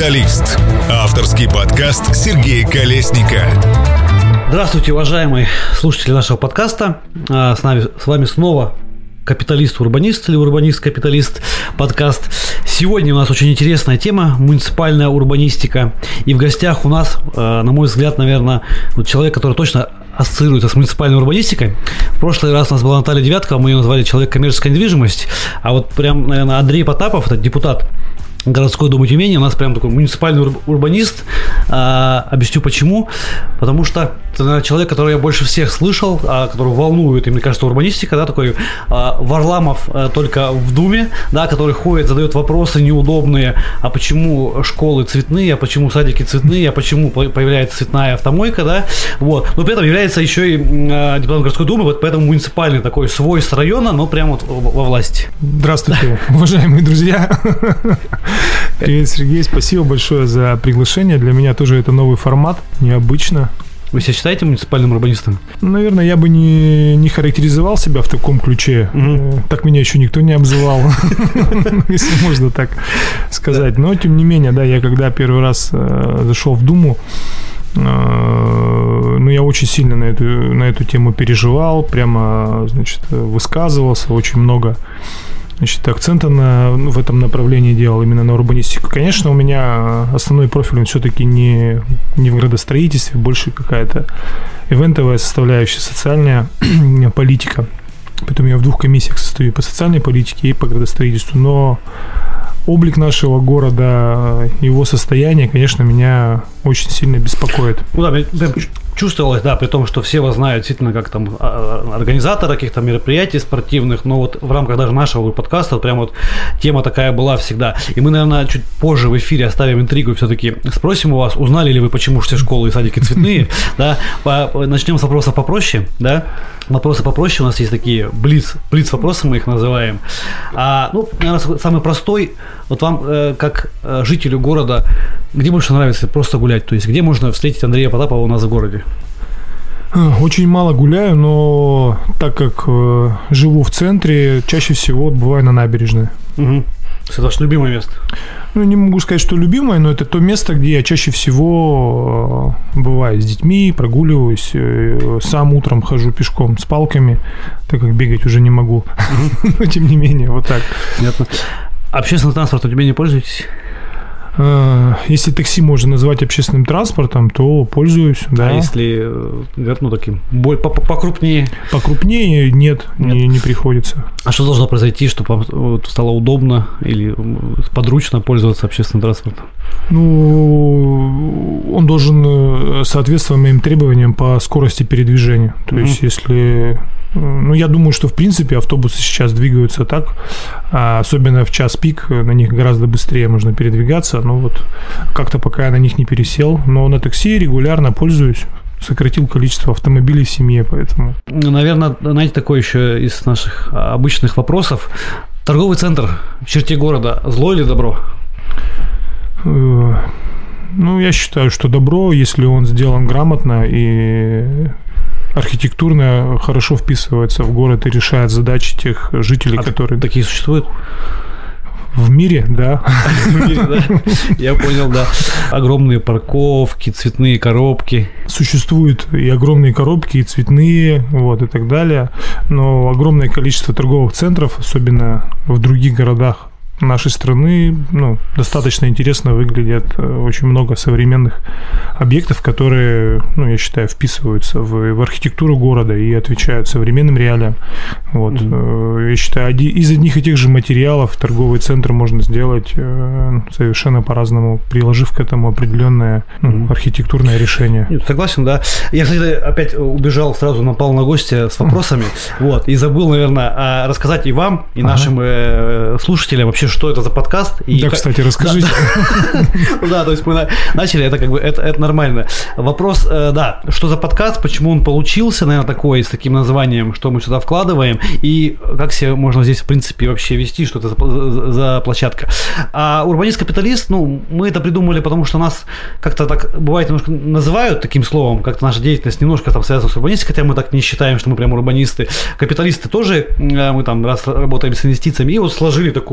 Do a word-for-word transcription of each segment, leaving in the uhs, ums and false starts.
«Капиталист». Авторский подкаст Сергея Колесника. Здравствуйте, уважаемые слушатели нашего подкаста. С нами, с вами снова «Капиталист-урбанист» или «Урбанист-капиталист» подкаст. Сегодня у нас очень интересная тема – муниципальная урбанистика. И в гостях у нас, на мой взгляд, наверное, вот человек, который точно ассоциируется с муниципальной урбанистикой. В прошлый раз у нас была Наталья Девяткова, мы ее назвали «Человек коммерческая недвижимость». А вот прям, наверное, Андрей Потапов, это депутат городской думы Тюмени, у нас прям такой муниципальный урб- урбанист. А, объясню почему. Потому что это, наверное, человек, которого я больше всех слышал, а, которого волнует, и мне кажется, урбанистика, да, такой а, Варламов а, только в Думе, да, который ходит, задает вопросы неудобные, а почему школы цветные, а почему садики цветные, а почему появляется цветная автомойка, да, вот. Но при этом является еще и а, депутатом городской думы, вот поэтому муниципальный такой свой с района, но прямо вот во власти. Здравствуйте, уважаемые друзья. Привет, Сергей, спасибо большое за приглашение. Для меня тоже это новый формат, необычно. Вы себя считаете муниципальным урбанистом? Наверное, я бы не, не характеризовал себя в таком ключе. Угу. Так меня еще никто не обзывал, если можно так сказать. Но, тем не менее, да, я когда первый раз зашел в Думу, ну, я очень сильно на эту, на эту тему переживал, прямо, значит, высказывался, очень много, значит, акцента на, ну, в этом направлении делал, именно на урбанистику. Конечно, у меня основной профиль, он все-таки не, не в градостроительстве, больше какая-то ивентовая составляющая, социальная политика. Поэтому я в двух комиссиях состою по социальной политике и по градостроительству. Но облик нашего города, его состояние, конечно, меня очень сильно беспокоит. Ну да, чувствовалось, да, при том, что все вас знают действительно как там организатора каких-то мероприятий спортивных, но вот в рамках даже нашего подкаста вот прям вот тема такая была всегда. И мы, наверное, чуть позже в эфире оставим интригу и все-таки спросим у вас, узнали ли вы, почему все школы и садики цветные, да, начнем с вопросов попроще, да, вопросы попроще, у нас есть такие блиц, блиц вопросы мы их называем. А, ну, наверное, самый простой, вот вам, э, как э, жителю города, где больше нравится просто гулять, то есть где можно встретить Андрея Потапова у нас в городе? Очень мало гуляю, но так как э, живу в центре, чаще всего бываю на набережной. Угу. Это ваше любимое место? Ну, не могу сказать, что любимое, но это то место, где я чаще всего э, бываю с детьми, прогуливаюсь, э, сам утром хожу пешком с палками, так как бегать уже не могу. Но тем не менее, вот так. Понятно. Общественным транспортом тебе не пользуетесь? Если такси можно назвать общественным транспортом, то пользуюсь, да. А если, ну, таким, покрупнее? Покрупнее нет, нет. Не, не приходится. А что должно произойти, чтобы вам стало удобно или подручно пользоваться общественным транспортом? Ну, он должен соответствовать моим требованиям по скорости передвижения. То mm-hmm. есть, если... Ну, я думаю, что, в принципе, автобусы сейчас двигаются так, особенно в час пик, на них гораздо быстрее можно передвигаться, но вот как-то пока я на них не пересел, но на такси регулярно пользуюсь, сократил количество автомобилей в семье, поэтому... Наверное, знаете, такой еще из наших обычных вопросов. Торговый центр в черте города, зло или добро? Ну, я считаю, что добро, если он сделан грамотно и... архитектурно хорошо вписывается в город и решает задачи тех жителей, а которые... Такие существуют? В мире, да. В мире, да. Я понял, да. Огромные парковки, цветные коробки. Существуют и огромные коробки, и цветные, вот, и так далее. Но огромное количество торговых центров, особенно в других городах нашей страны, ну, достаточно интересно выглядят. Очень много современных объектов, которые, ну, я считаю, вписываются в, в архитектуру города и отвечают современным реалиям. Вот. Mm-hmm. Я считаю, из одних и тех же материалов торговый центр можно сделать совершенно по-разному, приложив к этому определенное, ну, mm-hmm. архитектурное решение. Нет, согласен, да. Я, кстати, опять убежал, сразу напал на гостя с вопросами, mm-hmm. вот, и забыл, наверное, рассказать и вам, и ага. нашим э, слушателям вообще, что это за подкаст. И да, кстати, расскажите. Да, то есть мы начали, это как бы, это нормально. Вопрос, да, что за подкаст, почему он получился, наверное, такой, с таким названием, что мы сюда вкладываем, и как себя можно здесь, в принципе, вообще вести, что это за площадка. А урбанист-капиталист, ну, мы это придумали, потому что нас как-то так, бывает, немножко называют таким словом, как-то наша деятельность немножко там связана с урбанистикой, хотя мы так не считаем, что мы прям урбанисты. Капиталисты тоже, мы там раз работаем с инвестициями, и вот сложили такую составляющую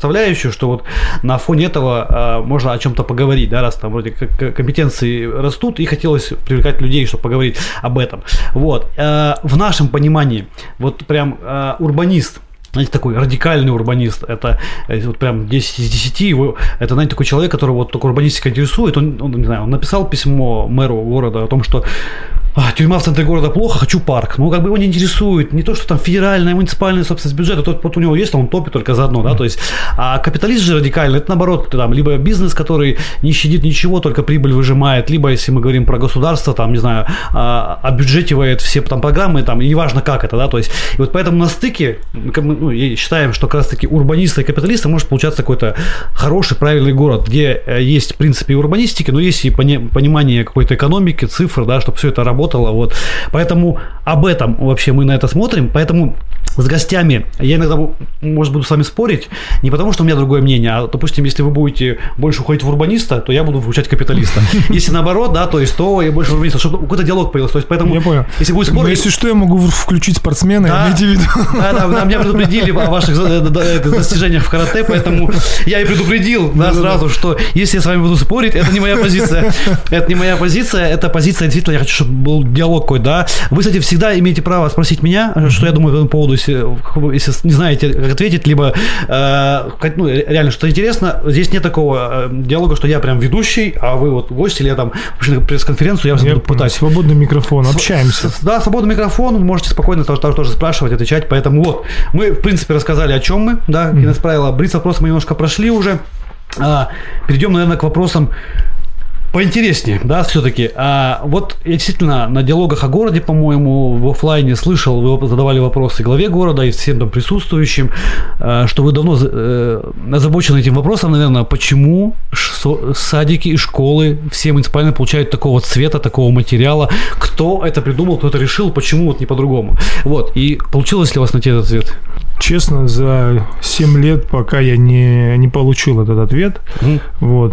составляющую, что вот на фоне этого можно о чем-то поговорить, да, раз там вроде как компетенции растут, и хотелось привлекать людей, чтобы поговорить об этом. Вот. В нашем понимании, вот прям урбанист, знаете, такой радикальный урбанист, это вот прям десять из десяти, его, это, знаете, такой человек, который вот только урбанистика интересует, он, он, не знаю, он написал письмо мэру города о том, что а, тюрьма в центре города плохо, хочу парк. Ну, как бы его не интересует не то, что там федеральная, муниципальная собственность бюджета, то, вот у него есть, он топит только заодно, да, то есть, а капиталист же радикальный, это наоборот, там, либо бизнес, который не щадит ничего, только прибыль выжимает, либо, если мы говорим про государство, там, не знаю, обюджетивает все там программы, там, и неважно как это, да, то есть, и вот поэтому на стыке, ну, считаем, что как раз-таки урбанисты и капиталисты может получаться какой-то хороший, правильный город, где есть, в принципе, и урбанистики, но есть и понимание какой-то экономики, цифр, да, чтобы все это работало. Вот. Поэтому об этом вообще мы на это смотрим. Поэтому с гостями я иногда, может, буду с вами спорить, не потому, что у меня другое мнение, а, допустим, если вы будете больше уходить в урбаниста, то я буду включать капиталиста. Если наоборот, да, то есть, то я больше в урбаниста, чтобы какой-то диалог появился. То есть, поэтому, я понял. Если будет спорить... Но если что, я могу включить спортсмена, да, имейте в виду. Да, да, да, меня предупредили о ваших достижениях в карате, поэтому я и предупредил, да, сразу, что если я с вами буду спорить, это не моя позиция. Это не моя позиция, это позиция, действительно, я хочу, чтобы был диалог какой-то, да. Вы, кстати, всегда имеете право спросить меня, что я думаю по этому поводу, если, если не знаете, как ответить, либо э, ну, реально что-то интересно. Здесь нет такого диалога, что я прям ведущий, а вы вот гость, или я там на пресс-конференцию, я, я буду пытать. Свободный микрофон, общаемся. С, да, свободный микрофон, можете спокойно тоже, тоже спрашивать, отвечать, поэтому вот, мы, в принципе, рассказали, о чем мы, да, mm-hmm. правила, блиц-вопросы мы немножко прошли уже, а, перейдем, наверное, к вопросам поинтереснее, да, все-таки. А вот я действительно на диалогах о городе, по-моему, в офлайне слышал, вы задавали вопросы главе города и всем там присутствующим, что вы давно озабочены этим вопросом, наверное, почему садики и школы все муниципальные получают такого цвета, такого материала, кто это придумал, кто это решил, почему вот не по-другому. Вот, и получилось ли у вас найти этот ответ? Честно, за семь лет, пока я не, не получил этот ответ, mm. вот,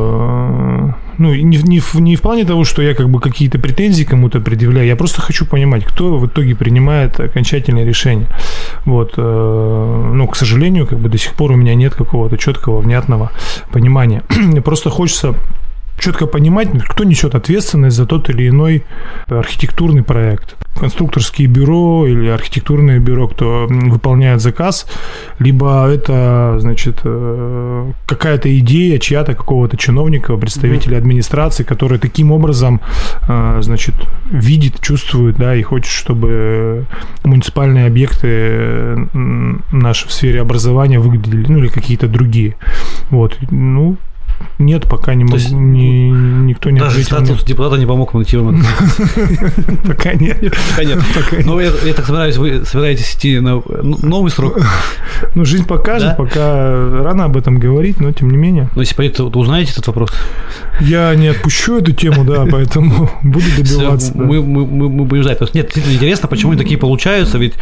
э, ну, не, не, в, не в плане того, что я как бы какие-то претензии кому-то предъявляю, я просто хочу понимать, кто в итоге принимает окончательное решение. Вот, э, ну, к сожалению, как бы до сих пор у меня нет какого-то четкого, внятного понимания. Просто хочется четко понимать, кто несет ответственность за тот или иной архитектурный проект. Конструкторские бюро или архитектурное бюро, кто выполняет заказ, либо это, значит, какая-то идея чья-то, какого-то чиновника, представителя администрации, который таким образом, значит, видит, чувствует, да, и хочет, чтобы муниципальные объекты наши в сфере образования выглядели, ну, или какие-то другие. Вот, ну, нет, пока не могу, есть, ни, никто не даже ответил. Даже статус депутата не помог найти вам. Пока нет. Пока нет. Но я так собираюсь, вы собираетесь идти на новый срок? Ну, жизнь покажет, пока рано об этом говорить, но тем не менее. Но если пойдете, то узнаете этот вопрос? Я не отпущу эту тему, да, поэтому буду добиваться. Мы будем ждать. Нет, действительно интересно, почему они такие получаются, ведь...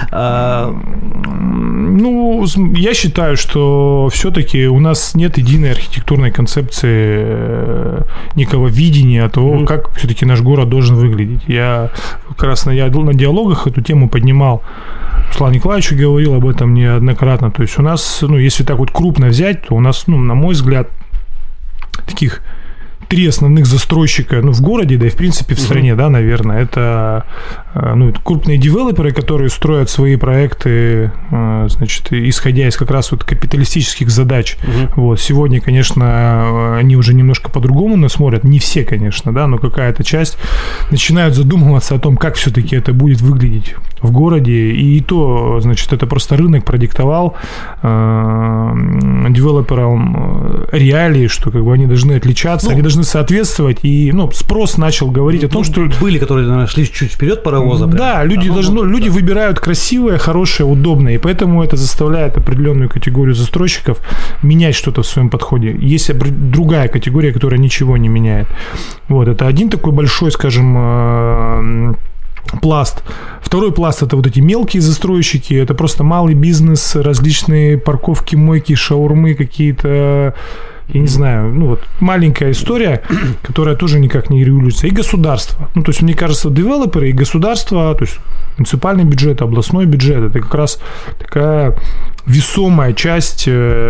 Ну, я считаю, что все-таки у нас нет единой архитектурной концепции, некого видения того, mm-hmm. как все-таки наш город должен выглядеть. Я как раз на, я на диалогах эту тему поднимал. Руслан Николаевич говорил об этом неоднократно. То есть у нас, ну, если так вот крупно взять, то у нас, ну, на мой взгляд, таких три основных застройщика, ну, в городе, да и в принципе в стране, uh-huh. да, наверное, это, ну, крупные девелоперы, которые строят свои проекты, значит, исходя из как раз вот капиталистических задач. Uh-huh. Вот сегодня, конечно, они уже немножко по-другому нас смотрят, не все, конечно, да, но какая-то часть начинают задумываться о том, как все-таки это будет выглядеть в городе, и то, значит, это просто рынок продиктовал э, девелоперам реалии, что как бы они должны отличаться, ну, они должны соответствовать, и, ну, спрос начал говорить ну, о том, что... Были, которые, наверное, шли чуть вперед паровоза. Да, прям. люди, а, должны, ну, люди да. выбирают красивое, хорошее, удобное, и поэтому это заставляет определенную категорию застройщиков менять что-то в своем подходе. Есть другая категория, которая ничего не меняет. Вот, это один такой большой, скажем... пласт. Второй пласт — это вот эти мелкие застройщики, это просто малый бизнес, различные парковки, мойки, шаурмы какие-то, я не знаю, ну вот маленькая история, которая тоже никак не регулируется. И государство. Ну, то есть, мне кажется, девелоперы и государство, то есть муниципальный бюджет, областной бюджет, это как раз такая весомая часть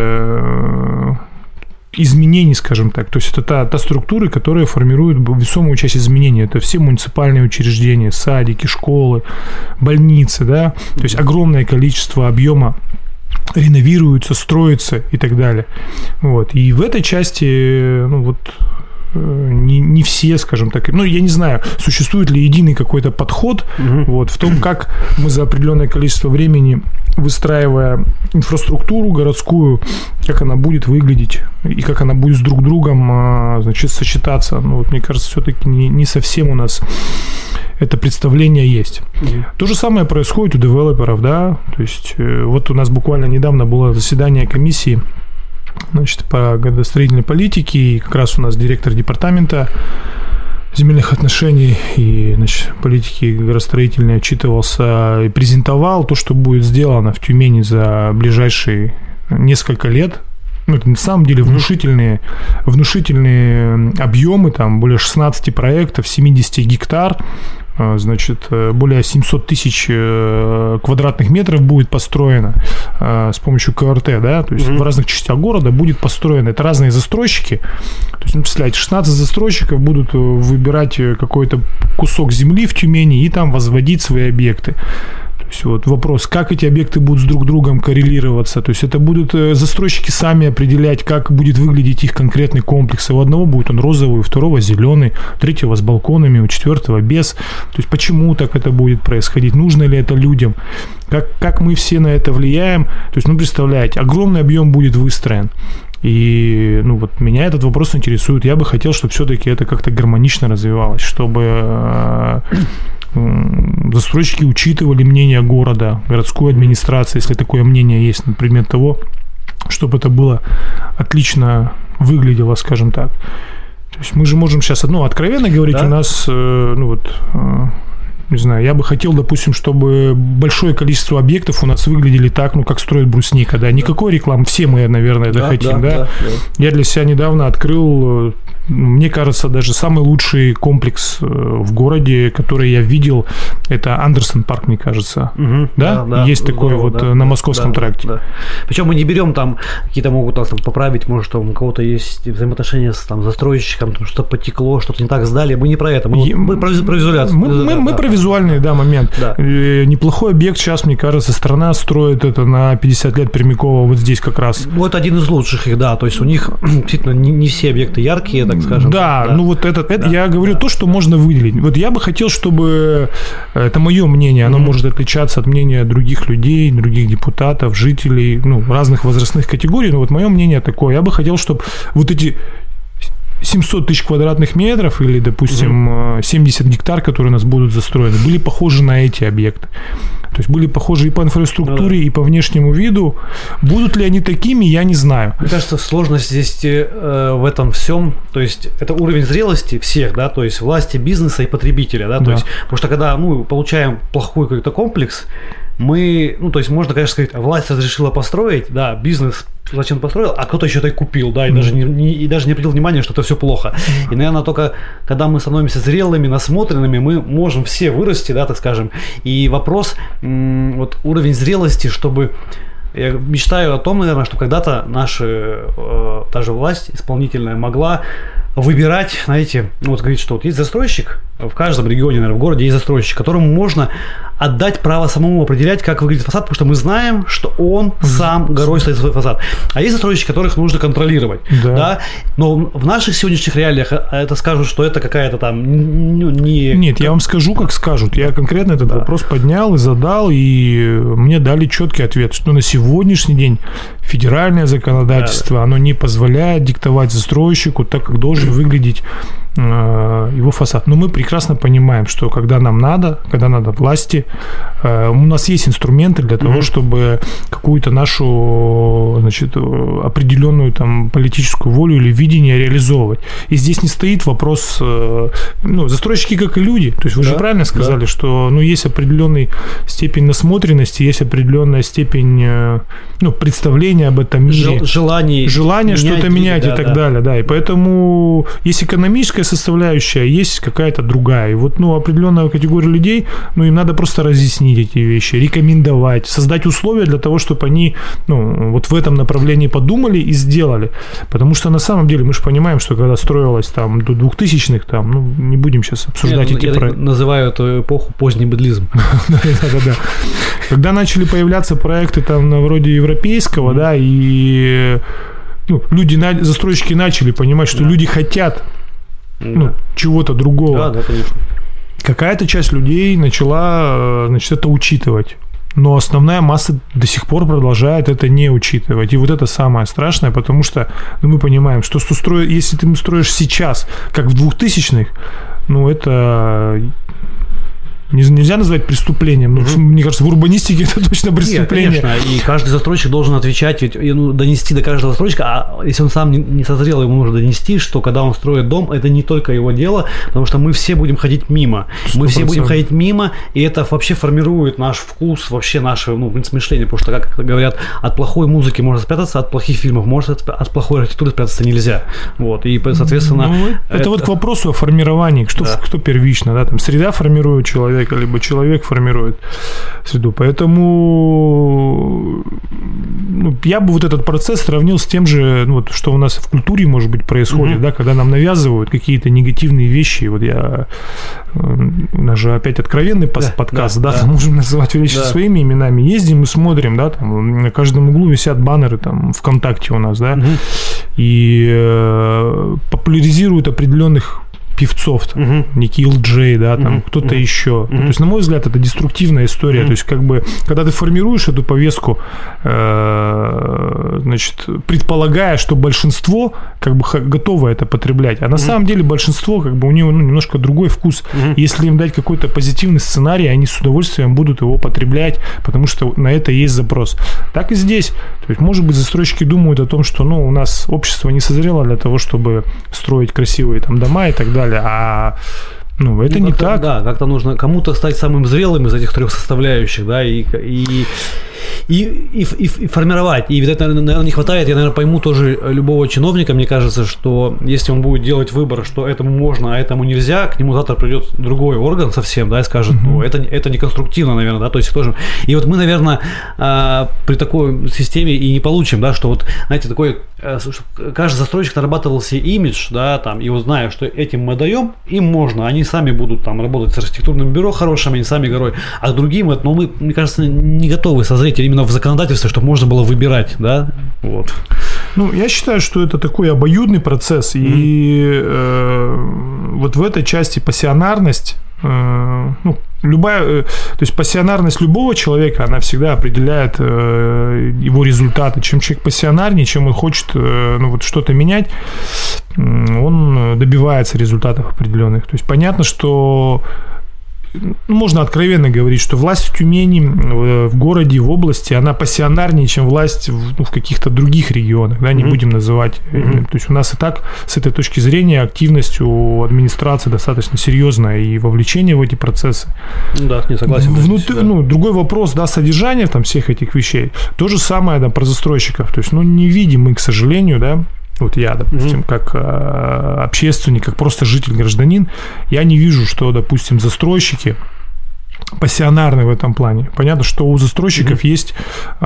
изменений, скажем так. То есть это та, та структура, которая формирует весомую часть изменений. Это все муниципальные учреждения, садики, школы, больницы, да. То есть огромное количество объема реновируются, строятся и так далее. Вот. И в этой части, ну вот, не, не все, скажем так, ну, я не знаю, существует ли единый какой-то подход угу. вот, в том, как мы за определенное количество времени, выстраивая инфраструктуру городскую, как она будет выглядеть и как она будет с друг другом, значит, сочетаться. Ну, вот, мне кажется, все-таки не, не совсем у нас это представление есть. Mm-hmm. То же самое происходит у девелоперов, да, то есть вот у нас буквально недавно было заседание комиссии, значит, по градостроительной политике, и как раз у нас директор департамента земельных отношений и, значит, политики градостроительной отчитывался и презентовал то, что будет сделано в Тюмени за ближайшие несколько лет. Ну, это на самом деле внушительные, внушительные объемы, там более шестнадцать проектов, семьдесят гектар, значит, более семьсот тысяч квадратных метров будет построено с помощью ка эр тэ, да, то есть mm-hmm. в разных частях города будет построено. Это разные застройщики, то есть, ну, представляете, шестнадцать застройщиков будут выбирать какой-то кусок земли в Тюмени и там возводить свои объекты. То есть вот вопрос, как эти объекты будут с друг другом коррелироваться. То есть это будут застройщики сами определять, как будет выглядеть их конкретный комплекс. У одного будет он розовый, у второго зеленый, у третьего с балконами, у четвертого без. То есть почему так это будет происходить? Нужно ли это людям? Как, как мы все на это влияем? То есть, ну, представляете, огромный объем будет выстроен. И, ну, вот меня этот вопрос интересует. Я бы хотел, чтобы все-таки это как-то гармонично развивалось, чтобы застройщики учитывали мнение города, городской администрации, если такое мнение есть на предмет того, чтобы это было отлично выглядело, скажем так. То есть мы же можем сейчас, ну, откровенно говорить, да? У нас, ну, вот, не знаю, я бы хотел, допустим, чтобы большое количество объектов у нас выглядели так, ну, как строит Брусника, да, никакой рекламы, все мы, наверное, это да, хотим, да, да? Да, да. Я для себя недавно открыл, мне кажется, даже самый лучший комплекс в городе, который я видел, это Андерсон парк, мне кажется, угу, да? Да, да? Есть здорово, такой вот да, на Московском да, тракте. Да. Причем мы не берем там, какие-то могут нас там поправить, может, там у кого-то есть взаимоотношения с там застройщиком, что-то потекло, что-то не так сдали, мы не про это, мы, я, мы про, про визуляцию. Мы, мы, да, мы да, про визуальный, да, момент. Да. Неплохой объект сейчас, мне кажется, страна строит это на пятьдесят лет Пермякова вот здесь как раз. Ну, это один из лучших их, да, то есть у них действительно не, не все объекты яркие, так скажем. Да, да. Ну вот это, это да, я говорю да. то, что можно выделить. Вот я бы хотел, чтобы, это мое мнение, оно mm-hmm. может отличаться от мнения других людей, других депутатов, жителей, ну, разных возрастных категорий, но вот мое мнение такое, я бы хотел, чтобы вот эти семьсот тысяч квадратных метров или, допустим, mm-hmm. семьдесят гектар, которые у нас будут застроены, были похожи на эти объекты. То есть были похожи и по инфраструктуре, ну, да. и по внешнему виду. Будут ли они такими, я не знаю. Мне кажется, сложность здесь э, в этом всем, то есть это уровень зрелости всех, да, то есть власти, бизнеса и потребителя, да, то да. есть, потому что когда мы получаем плохой какой-то комплекс, мы, ну, то есть можно, конечно, сказать, власть разрешила построить, да, бизнес зачем построил, а кто-то еще это и купил, да, и, mm. даже не, не, и даже не обратил внимания, что это все плохо. Mm. И, наверное, только когда мы становимся зрелыми, насмотренными, мы можем все вырасти, да, так скажем. И вопрос, м- вот уровень зрелости, чтобы... Я мечтаю о том, наверное, что когда-то наша э, та же власть исполнительная могла выбирать, знаете, ну, вот говорит, что вот есть застройщик, в каждом регионе, наверное, в городе есть застройщик, которому можно отдать право самому определять, как выглядит фасад, потому что мы знаем, что он сам горой стоит свой фасад. А есть застройщики, которых нужно контролировать. Да. Да? Но в наших сегодняшних реалиях это скажут, что это какая-то там ну, не... Нет, я вам скажу, как скажут. Я конкретно этот да. вопрос поднял и задал, и мне дали четкий ответ, что на сегодняшний день федеральное законодательство, да, да. оно не позволяет диктовать застройщику так, как должен выглядеть э, его фасад. Но мы прекрасно понимаем, что когда нам надо, когда надо власти, э, у нас есть инструменты для того, mm-hmm. чтобы какую-то нашу, значит, определенную там политическую волю или видение реализовывать. И здесь не стоит вопрос, э, ну, застройщики как и люди. То есть вы да, же правильно сказали, да. что ну, есть определенная степень насмотренности, есть определенная степень э, ну, представления об этом мире. Желание, желание что-то менять да, и так да. далее. Да. И поэтому что есть экономическая составляющая, есть какая-то другая. И вот, ну, определенная категория людей, ну, им надо просто разъяснить эти вещи, рекомендовать, создать условия для того, чтобы они, ну, вот в этом направлении подумали и сделали. Потому что на самом деле мы же понимаем, что когда строилось там до двухтысячных, там, ну, не будем сейчас обсуждать Нет, эти я проекты. называю эту эпоху поздний быдлизм. Да-да-да. Когда начали появляться проекты там на вроде европейского, да, и ну, люди, застройщики начали понимать, что люди хотят ну, чего-то другого. Да, да, конечно. Какая-то часть людей начала, значит, это учитывать. Но основная масса до сих пор продолжает это не учитывать. И вот это самое страшное, потому что ну, мы понимаем, что стро... если ты строишь сейчас, как в двухтысячных, ну, это... Нельзя назвать преступлением, но, mm-hmm. мне кажется, в урбанистике это точно преступление. Нет, конечно, и каждый застройщик должен отвечать, ведь ну, донести до каждого застройщика, а если он сам не созрел, ему нужно донести, что когда он строит дом, это не только его дело, потому что мы все будем ходить мимо. сто процентов. Мы все будем ходить мимо, и это вообще формирует наш вкус, вообще наше ну, мышление, потому что, как говорят, от плохой музыки можно спрятаться, от плохих фильмов можно от плохой архитектуры спрятаться нельзя. Вот, и, соответственно... Ну, это, это вот к вопросу о формировании, что, да. кто первично, да, там среда формирует человека, либо человек формирует среду. Поэтому ну, я бы вот этот процесс сравнил с тем же, ну, вот, что у нас в культуре, может быть, происходит, mm-hmm. да, когда нам навязывают какие-то негативные вещи. Вот я... У нас же опять откровенный да, подкаст, да, да, да. можем называть вещи да. своими именами. Ездим и смотрим, да, там на каждом углу висят баннеры там ВКонтакте у нас, да, mm-hmm. и э, популяризируют определенных певцов, там, uh-huh. Ники Эл Джей, да, там, uh-huh. кто-то uh-huh. еще. Uh-huh. То есть, на мой взгляд, это деструктивная история. Uh-huh. То есть, как бы, когда ты формируешь эту повестку, э, значит, предполагая, что большинство как бы готово это потреблять, а на uh-huh. самом деле большинство, как бы, у него ну, немножко другой вкус. Uh-huh. Если им дать какой-то позитивный сценарий, они с удовольствием будут его потреблять, потому что на это есть запрос. Так и здесь. То есть, может быть, застройщики думают о том, что, ну, у нас общество не созрело для того, чтобы строить красивые там дома и так далее. А ну, это ну, не так. Да, как-то нужно кому-то стать самым зрелым из этих трех составляющих, да, и, и, и, и, и, и формировать. И это, наверное, не хватает. Я, наверное, пойму тоже любого чиновника. Мне кажется, что если он будет делать выбор, что этому можно, а этому нельзя, к нему завтра придет другой орган совсем, да, и скажет, ну, это, это не конструктивно, наверное, да, то есть тоже. И вот мы, наверное, при такой системе и не получим, да, что вот, знаете, такой, каждый застройщик нарабатывал себе имидж, да, там, и вот зная, что этим мы даем, им можно, они сами будут там работать с архитектурным бюро хорошим, они сами горой, а другим, ну, мы, мне кажется, не готовы созреть именно в законодательстве, чтобы можно было выбирать, да, вот. Ну, я считаю, что это такой обоюдный процесс, mm-hmm. и э, вот в этой части пассионарность, э, ну, любая, э, то есть пассионарность любого человека, она всегда определяет э, его результаты. Чем человек пассионарнее, чем он хочет э, ну, вот что-то менять, э, он добивается результатов определенных. То есть понятно, что можно откровенно говорить, что власть в Тюмени, в городе, в области, она пассионарнее, чем власть в, ну, в каких-то других регионах, да, не mm-hmm. будем называть. Mm-hmm. То есть у нас и так, с этой точки зрения, активность у администрации достаточно серьезная и вовлечение в эти процессы. Да, не согласен. Внутри, да. Ну, другой вопрос, да, содержание там всех этих вещей. То же самое, да, про застройщиков. То есть, ну, не видим мы, к сожалению, да, вот я, допустим, mm-hmm. как э, общественник, как просто житель-гражданин, я не вижу, что, допустим, застройщики пассионарны в этом плане. Понятно, что у застройщиков mm-hmm. есть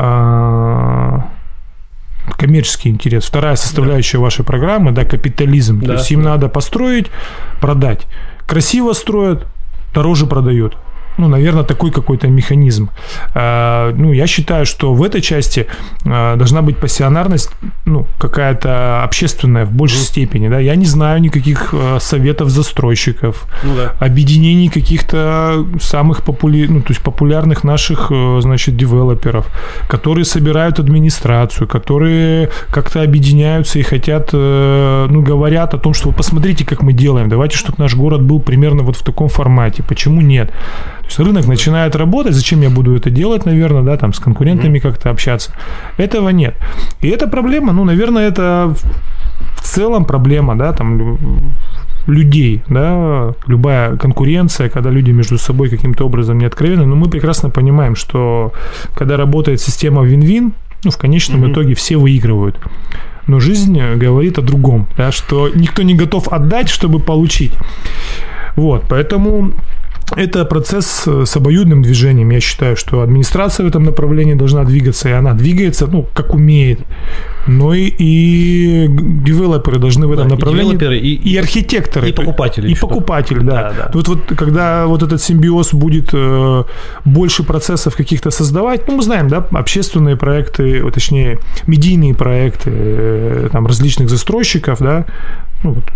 э, коммерческий интерес. Вторая составляющая yeah. вашей программы, да, капитализм. Да, То есть им да. надо построить, продать. Красиво строят, дороже продают. Ну, наверное, такой какой-то механизм. Ну, я считаю, что в этой части должна быть пассионарность, ну, какая-то общественная в большей mm. степени, да. Я не знаю никаких советов застройщиков, ну, да. объединений каких-то самых популя... ну, то есть популярных наших, значит, девелоперов, которые собирают администрацию, которые как-то объединяются и хотят, ну, говорят о том, что вы посмотрите, как мы делаем, давайте, чтобы наш город был примерно вот в таком формате. Почему нет? То есть рынок начинает работать, зачем я буду это делать, наверное, да, там с конкурентами mm-hmm. как-то общаться. Этого нет. И эта проблема, ну, наверное, это в целом проблема, да, там людей, да, любая конкуренция, когда люди между собой каким-то образом не откровенны, но мы прекрасно понимаем, что когда работает система вин-вин, ну, в конечном mm-hmm. итоге все выигрывают. но жизнь говорит о другом, да, что никто не готов отдать, чтобы получить. Вот, поэтому это процесс с обоюдным движением. Я считаю, что администрация в этом направлении должна двигаться, и она двигается, ну, как умеет. Но и, и девелоперы должны в этом да, направлении, и, и, и архитекторы, и покупатели, и покупатели, да. Да, да. Вот, вот когда вот этот симбиоз будет э, больше процессов каких-то создавать, ну мы знаем, да, общественные проекты, точнее медийные проекты э, там различных застройщиков, да, ну, вот,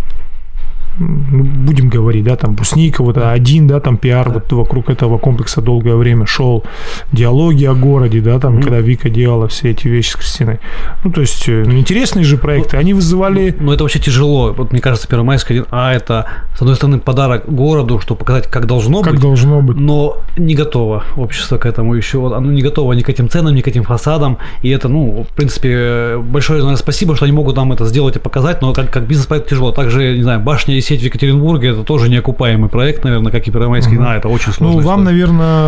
будем говорить, да, там Брусника, вот один, да, там пиар, да. Вот вокруг этого комплекса долгое время шел, диалоги о городе, да, там, mm-hmm. когда Вика делала все эти вещи с Кристиной. Ну, то есть, ну, интересные же проекты, они вызывали... Ну, ну, это вообще тяжело, вот мне кажется, Первомайская, а это, с одной стороны, подарок городу, чтобы показать, как должно как быть, должно быть, но не готово общество к этому еще, оно не готово ни к этим ценам, ни к этим фасадам, и это, ну, в принципе, большое, наверное, спасибо, что они могут нам это сделать и показать, но как, как бизнес-проект тяжело, также, не знаю, башня сеть в Екатеринбурге, это тоже неокупаемый проект, наверное, как и Первомайский, угу. Да, это очень сложно. Ну, вам, история.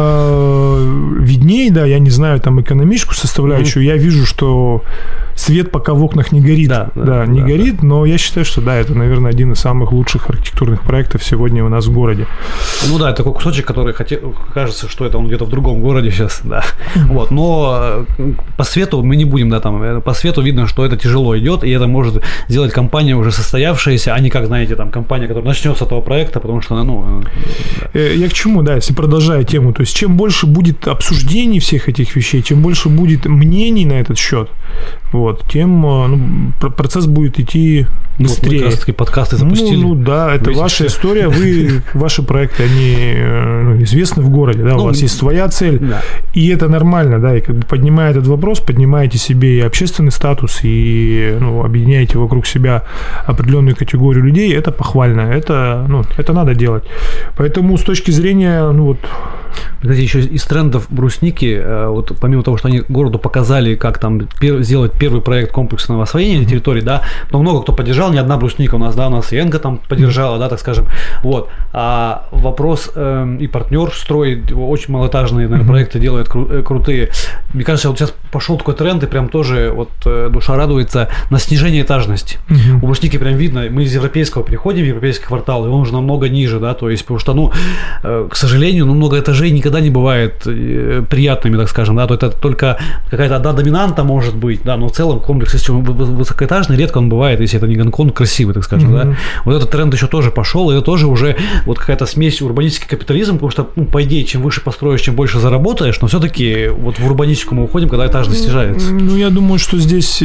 Наверное, виднее, да, я не знаю там экономическую составляющую, угу. Я вижу, что свет пока в окнах не горит, да, да, да не да, горит, да. Но я считаю, что да, это, наверное, один из самых лучших архитектурных проектов сегодня у нас в городе. Ну да, это такой кусочек, который хотел, кажется, что это он где-то в другом городе сейчас, да. Mm-hmm. Вот, но по свету мы не будем, да, там, по свету видно, что это тяжело идет, и это может сделать компания уже состоявшаяся, а не как, знаете, там, компания, которая начнет с этого проекта, потому что, ну... Да. Я к чему, да, если продолжая тему, то есть чем больше будет обсуждений всех этих вещей, чем больше будет мнений на этот счет, вот, тем ну, процесс будет идти быстрее. Вот мы как раз таки подкасты запустили. Ну, ну да, это вы ваша история, вы, ваши проекты, они ну, известны в городе, да, ну, у вас есть своя цель, да. И это нормально, да, и как бы поднимая этот вопрос, поднимаете себе и общественный статус, и ну, объединяете вокруг себя определенную категорию людей, это похвально, это, ну, это надо делать. Поэтому с точки зрения, ну вот... Кстати, еще из трендов Брусники, вот помимо того, что они городу показали, как там пер, сделать первый проект комплексного освоения mm-hmm. территории, да, но много кто поддержал, не одна Брусника у нас, да, у нас и Энка там поддержала, mm-hmm. да, так скажем, вот. А вопрос э, и партнер строит, очень малоэтажные, наверное, mm-hmm. проекты делает кру- крутые. Мне кажется, вот сейчас пошел такой тренд, и прям тоже вот душа радуется на снижение этажности. Mm-hmm. У Брусники прям видно, мы из европейского переходим в европейский квартал, и он уже намного ниже, да, то есть, потому что, ну, э, к сожалению, ну, много этажей никогда не бывает приятными, так скажем, да, то это только какая-то одна доминанта может быть, да, но в целом комплекс, если он высокоэтажный, редко он бывает, если это не Гонконг красивый, так скажем, mm-hmm. да. Вот этот тренд еще тоже пошел, и это тоже уже вот какая-то смесь урбанистики и капитализм, потому что, ну, по идее, чем выше построишь, чем больше заработаешь, но все-таки вот в урбанистику мы уходим, когда этажность снижается. Ну, я думаю, что здесь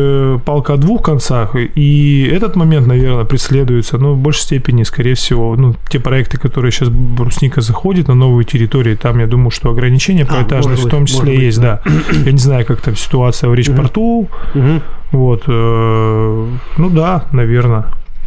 и палка о двух концах, и этот момент, наверное, преследуется, но в большей степени, скорее всего, ну, те проекты, которые сейчас Брусника заходит на новые территории, там, я думаю, что ограничения по а, этажности в том числе быть, есть, да. да. Я не знаю, как там ситуация в Речпорту, угу. Вот, э, ну да, наверное,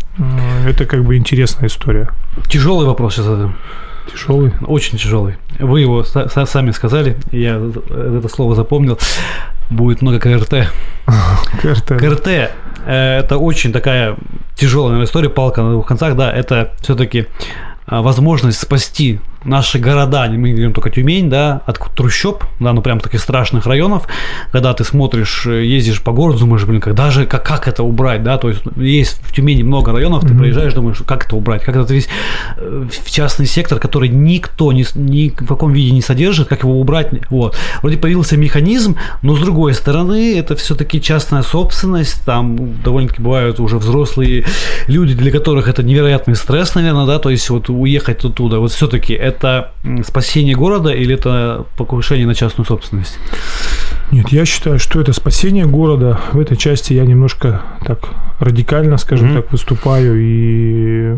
это как бы интересная история. Тяжелый вопрос сейчас задам. Тяжелый? Очень тяжелый. Вы его сами сказали, я это слово запомнил. Будет много КРТ. КРТ. КРТ – это очень такая тяжелая, наверное, история, палка на двух концах, да, это все-таки возможность спасти наши города, мы говорим только Тюмень, да, от трущоб, да, ну прям таких страшных районов, когда ты смотришь, ездишь по городу, думаешь, блин, когда же, как, как это убрать, да, то есть есть в Тюмени много районов, ты mm-hmm. проезжаешь, думаешь, как это убрать, как это весь частный сектор, который никто ни, ни в каком виде не содержит, как его убрать, вот. Вроде появился механизм, но с другой стороны, это все-таки частная собственность, там довольно-таки бывают уже взрослые люди, для которых это невероятный стресс, наверное, да, то есть вот уехать оттуда, вот все-таки это спасение города или это покушение на частную собственность? Нет, я считаю, что это спасение города. В этой части я немножко так радикально, скажем mm-hmm. так, выступаю и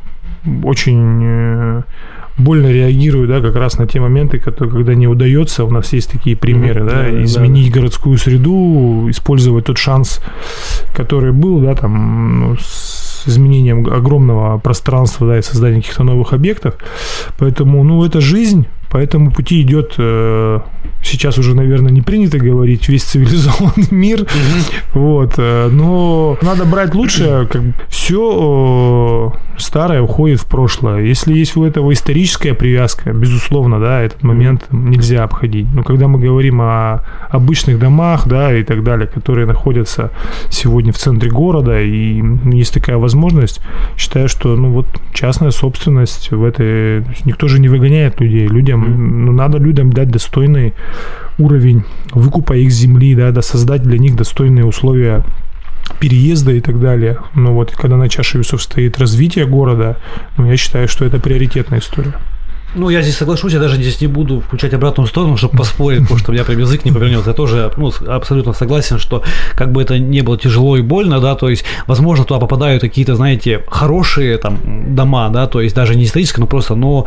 очень больно реагирую, да, как раз на те моменты, которые, когда не удается, у нас есть такие примеры, mm-hmm. да, да, изменить да. городскую среду, использовать тот шанс, который был, да, там, ну, с изменением огромного пространства, да, и созданием каких-то новых объектов. Поэтому, ну, это жизнь, по этому пути идет э, сейчас уже, наверное, не принято говорить весь цивилизованный мир, вот, но надо брать лучшее, как бы все старое уходит в прошлое. Если есть у этого историческая привязка, безусловно, да, этот момент нельзя обходить. Но когда мы говорим о обычных домах, да, и так далее, которые находятся сегодня в центре города, и есть такая возможность, считаю, что, ну, вот частная собственность в этой... Никто же не выгоняет людей. Людям, ну, надо людям дать достойный уровень выкупа их земли, да, да, создать для них достойные условия переезда и так далее. Но вот когда на чаше весов стоит развитие города, ну, я считаю, что это приоритетная история. Ну, я здесь соглашусь, я даже здесь не буду включать обратную сторону, чтобы поспорить, потому что у меня прям язык не повернется. Я тоже, ну, абсолютно согласен, что как бы это не было тяжело и больно, да, то есть, возможно, туда попадают какие-то, знаете, хорошие там дома, да, то есть даже не исторические, но просто, но...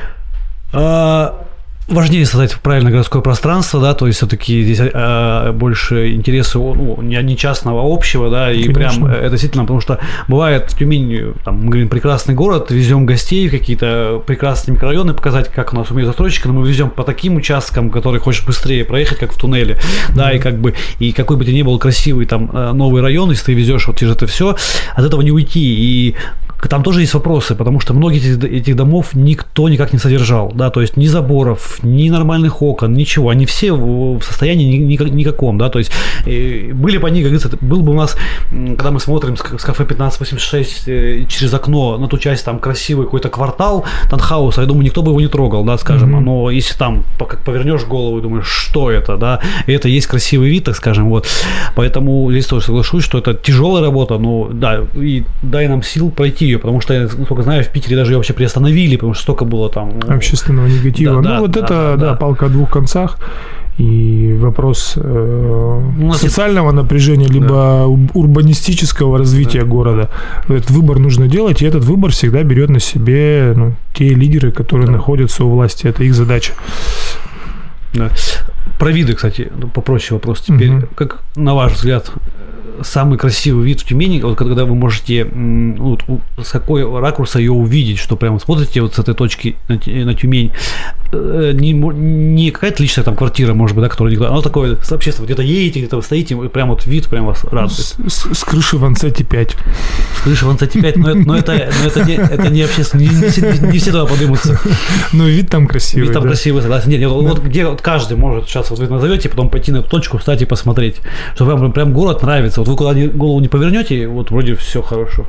А... Важнее создать правильное городское пространство, да, то есть все-таки здесь э, больше интересы, ну, не частного, а общего, да, и Конечно. Прям это действительно, потому что бывает Тюмень, там, мы говорим, прекрасный город, везем гостей в какие-то прекрасные микрорайоны, показать, как у нас умеют застройщики, но мы везем по таким участкам, которые хочешь быстрее проехать, как в туннеле, mm-hmm. да, и как бы, и какой бы ты ни был красивый там новый район, если ты везешь вот через это все, от этого не уйти, и там тоже есть вопросы, потому что многие этих, этих домов никто никак не содержал, да, то есть ни заборов, ни нормальных окон, ничего, они все в состоянии никаком, да, то есть были бы они, как говорится, был бы у нас, когда мы смотрим с кафе пятнадцать восемьдесят шесть через окно на ту часть, там красивый какой-то квартал таунхауса, я думаю, никто бы его не трогал, да, скажем, mm-hmm. но если там как повернешь голову и думаешь, что это, да, и это есть красивый вид, так скажем, вот, поэтому здесь тоже соглашусь, что это тяжелая работа, но да, и дай нам сил пройти, потому что я, насколько знаю, в Питере даже ее вообще приостановили, потому что столько было там... Общественного негатива. Да, ну, да, вот да, это, да, да, палка о двух концах. И вопрос э, ну, социального это... напряжения, либо да. урбанистического развития да. города. Этот выбор нужно делать, и этот выбор всегда берет на себе, ну, те лидеры, которые да. находятся у власти. Это их задача. Да. Про виды, кстати, попроще вопрос теперь. Угу. Как, на ваш взгляд, самый красивый вид в Тюмени, вот когда вы можете, ну, с какой ракурса ее увидеть, что прямо смотрите вот с этой точки на, на Тюмень, не, не какая-то личная там квартира, может быть, да, которая никуда, оно такое общество, где-то едете, где-то вы стоите, и прям вот вид прям вас радует. С, с, с крыши в Ансете пять. С крыши в Ансете пять, но, но, это, но это, не, это не общественно, не, не, не все туда подымутся. Но вид там красивый. Вид там да. красивый, согласен. Нет, нет, да. вот где вот каждый может сейчас, вот вы назовете, потом пойти на эту точку, встать и посмотреть, что вам прям город нравится. Вот вы куда голову не повернете, вот вроде все хорошо.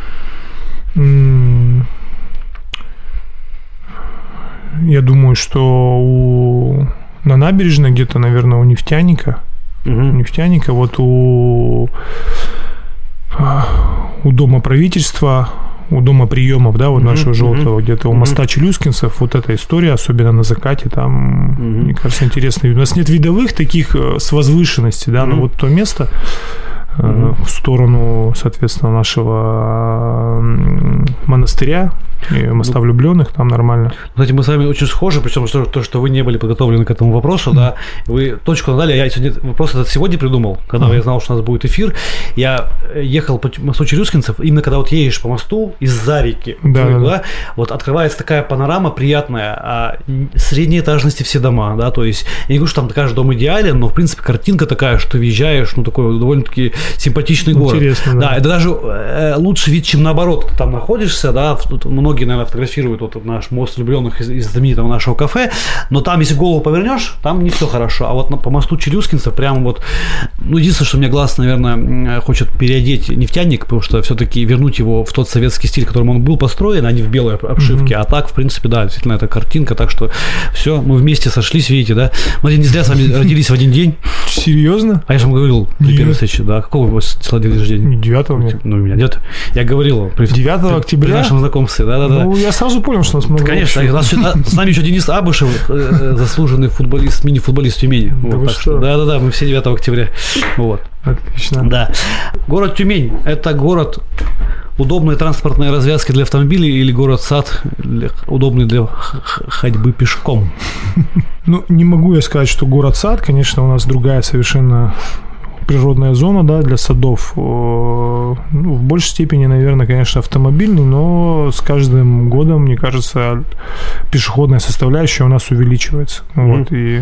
Я думаю, что у... на набережной где-то, наверное, у нефтяника, угу. у нефтяника, вот у... у дома правительства, у дома приемов, да, вот угу, нашего желтого, угу. где-то у угу. моста Челюскинцев, вот эта история, особенно на закате, там, угу. мне кажется, интересно. У нас нет видовых таких с возвышенности, да, угу. но вот то место угу. в сторону, соответственно, нашего монастыря, и моста влюбленных, там нормально. Кстати, мы с вами очень схожи, причем что, то, что вы не были подготовлены к этому вопросу, mm. да, вы точку надали, я сегодня, вопрос этот сегодня придумал, когда mm. я знал, что у нас будет эфир, я ехал по мосту Челюскинцев, именно когда вот едешь по мосту из-за реки, да, да, да, вот открывается такая панорама приятная, а средней этажности все дома, да, то есть, я не говорю, что там каждый дом идеален, но, в принципе, картинка такая, что въезжаешь, ну, такой довольно-таки симпатичный город. Интересно, да. Да, это даже э, лучше вид, чем наоборот, ты там находишься, да, тут многие, наверное, фотографируют вот наш мост влюбленных из, из знаменитого нашего кафе, но там, если голову повернешь, там не все хорошо, а вот на, по мосту Челюскинцев прямо вот, ну, единственное, что у меня глаз, наверное, хочет переодеть нефтяник, потому что все-таки вернуть его в тот советский стиль, которым он был построен, а не в белой обшивке, mm-hmm. а так, в принципе, да, действительно, это картинка, так что все, мы вместе сошлись, видите, да, мы не зря с вами родились в один день. Серьезно? А я же вам говорил при первой встрече, да, какого у вас числа день рождения? девятого. Ну, у меня нет. Я говорил при, девятого октября? При нашем знакомстве, да-да-да. Ну, я сразу понял, что у нас много. Конечно, нас, с нами еще Денис Абышев, заслуженный футболист, мини-футболист Тюмени. Да, вот, что? Да-да-да, мы все девятого октября. Вот. Отлично. Да. Город Тюмень – это город удобной транспортной развязки для автомобилей или город-сад, для, удобный для ходьбы пешком? Ну, не могу я сказать, что город-сад. Конечно, у нас другая совершенно природная зона, да, для садов. Ну, в большей степени, наверное, конечно, автомобильный, но с каждым годом, мне кажется, пешеходная составляющая у нас увеличивается. Mm-hmm. Вот, и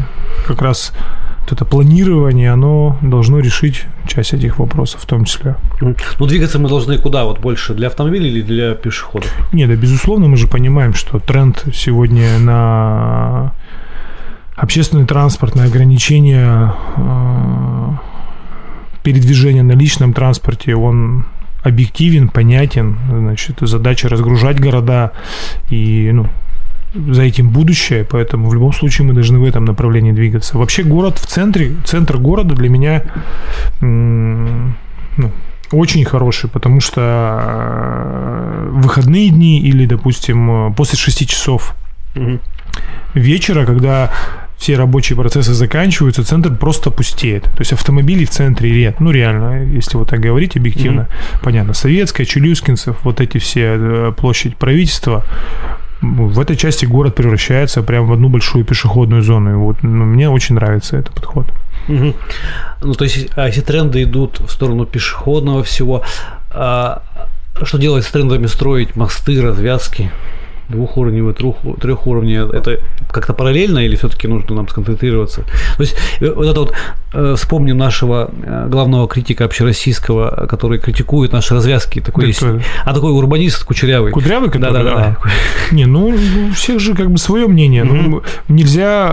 как раз вот это планирование, оно должно решить часть этих вопросов в том числе. Ну, двигаться мы должны куда? Вот больше для автомобилей или для пешеходов? Нет, да, безусловно, мы же понимаем, что тренд сегодня на общественный транспорт, на ограничение передвижения на личном транспорте, он объективен, понятен. Значит, задача разгружать города и, ну, за этим будущее, поэтому в любом случае мы должны в этом направлении двигаться. Вообще город в центре, центр города для меня м- ну, очень хороший, потому что выходные дни или, допустим, после шести часов mm-hmm. вечера, когда все рабочие процессы заканчиваются, центр просто пустеет. То есть автомобилей в центре нет. Ну, реально, если вот так говорить объективно. Mm-hmm. Понятно, Советская, Челюскинцев, вот эти все площадь правительства, в этой части город превращается прямо в одну большую пешеходную зону. И вот, ну, мне очень нравится этот подход. Угу. Ну, то есть, а если тренды идут в сторону пешеходного всего, а что делать с трендами строить мосты, развязки? Двухуровневые, трехуровневые, это как-то параллельно или все-таки нужно нам сконцентрироваться? То есть вот это вот, э, вспомним нашего главного критика общероссийского, который критикует наши развязки, такой есть, а такой урбанист кучерявый. Кудрявый, который? Да, да, да. Не, ну у всех же как бы свое мнение. Mm-hmm. Ну, нельзя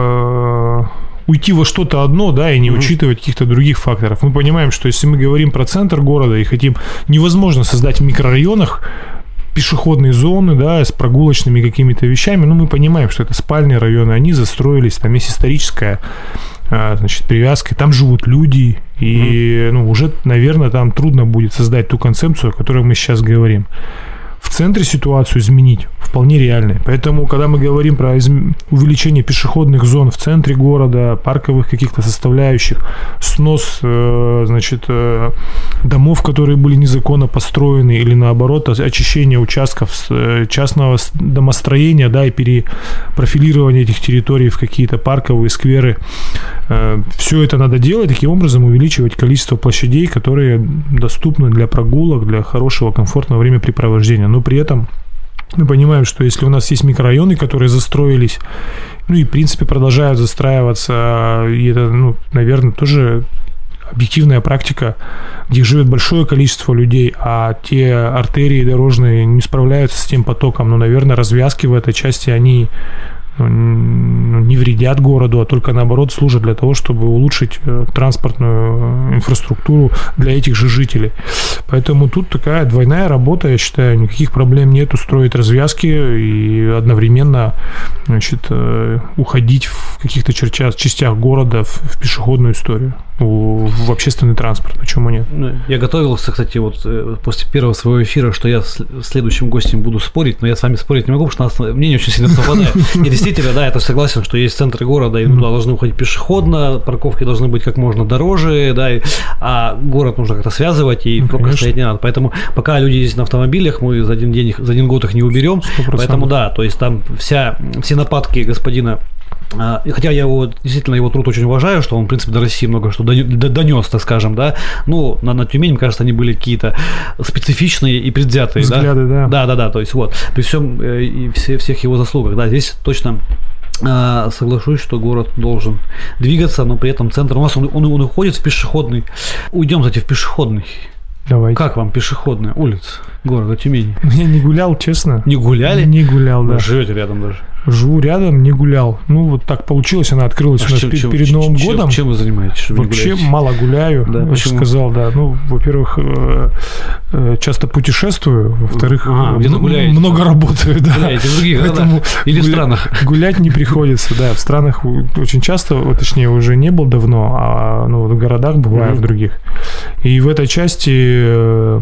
э, уйти во что-то одно, да, и не mm-hmm. учитывать каких-то других факторов. Мы понимаем, что если мы говорим про центр города и хотим, невозможно создать в микрорайонах пешеходные зоны, да, с прогулочными какими-то вещами, ну, мы понимаем, что это спальные районы, они застроились, там есть историческая, значит, привязка, там живут люди, и, ну, уже, наверное, там трудно будет создать ту концепцию, о которой мы сейчас говорим. В центре ситуацию изменить вполне реально. Поэтому, когда мы говорим про изм... увеличение пешеходных зон в центре города, парковых каких-то составляющих, снос, э, значит, э, домов, которые были незаконно построены, или наоборот, очищение участков э, частного домостроения, да, и перепрофилирование этих территорий в какие-то парковые скверы, э, все это надо делать, таким образом увеличивать количество площадей, которые доступны для прогулок, для хорошего, комфортного времяпрепровождения. Но при этом мы понимаем, что если у нас есть микрорайоны, которые застроились, ну и в принципе продолжают застраиваться, и это, ну, наверное, тоже объективная практика, где живет большое количество людей, а те артерии дорожные не справляются с тем потоком, ну, наверное, развязки в этой части, они не вредят городу, а только наоборот служат для того, чтобы улучшить транспортную инфраструктуру для этих же жителей. Поэтому тут такая двойная работа, я считаю, никаких проблем нет устроить развязки и одновременно, значит, уходить в каких-то частях города в, в пешеходную историю, в общественный транспорт, почему нет? Я готовился, кстати, вот после первого своего эфира, что я с следующим гостем буду спорить, но я с вами спорить не могу, потому что у нас мнение очень сильно совпадает. И действительно, да, я тоже согласен, что есть центры города, и туда должны уходить пешеходно, парковки должны быть как можно дороже, да, а город нужно как-то связывать, и пробка ну, стоять не надо. Поэтому пока люди ездят на автомобилях, мы за один день их, за один год их не уберем. сто процентов. Поэтому да, то есть там вся, все нападки господина. Хотя я его, действительно, его труд очень уважаю, что он, в принципе, до России много что донес, так скажем, да. Ну, на, на Тюмени, мне кажется, они были какие-то специфичные и предвзятые, взгляды, да. Да, да, да, да. То есть вот, при всем и все, всех его заслугах, да, здесь точно э, соглашусь, что город должен двигаться, но при этом центр у нас он, он, он уходит в пешеходный. Уйдем, кстати, в пешеходный. Давайте. Как вам пешеходная улица города Тюмени? Я не гулял, честно. Не гуляли? Не гулял, да. Вы живете рядом даже? Живу рядом, не гулял. Ну, вот так получилось, она открылась а у нас чем, перед, перед чем, Новым чем, годом. Чем вы занимаетесь? Вообще мало гуляю, да, я сказал, да. Ну, во-первых, часто путешествую, во-вторых, ага, много работаю, да. Гуляете в других городах или в странах? Гулять не приходится, да. В странах очень часто, точнее, уже не был давно, а ну, в городах бываю, mm-hmm. в других. И в этой части...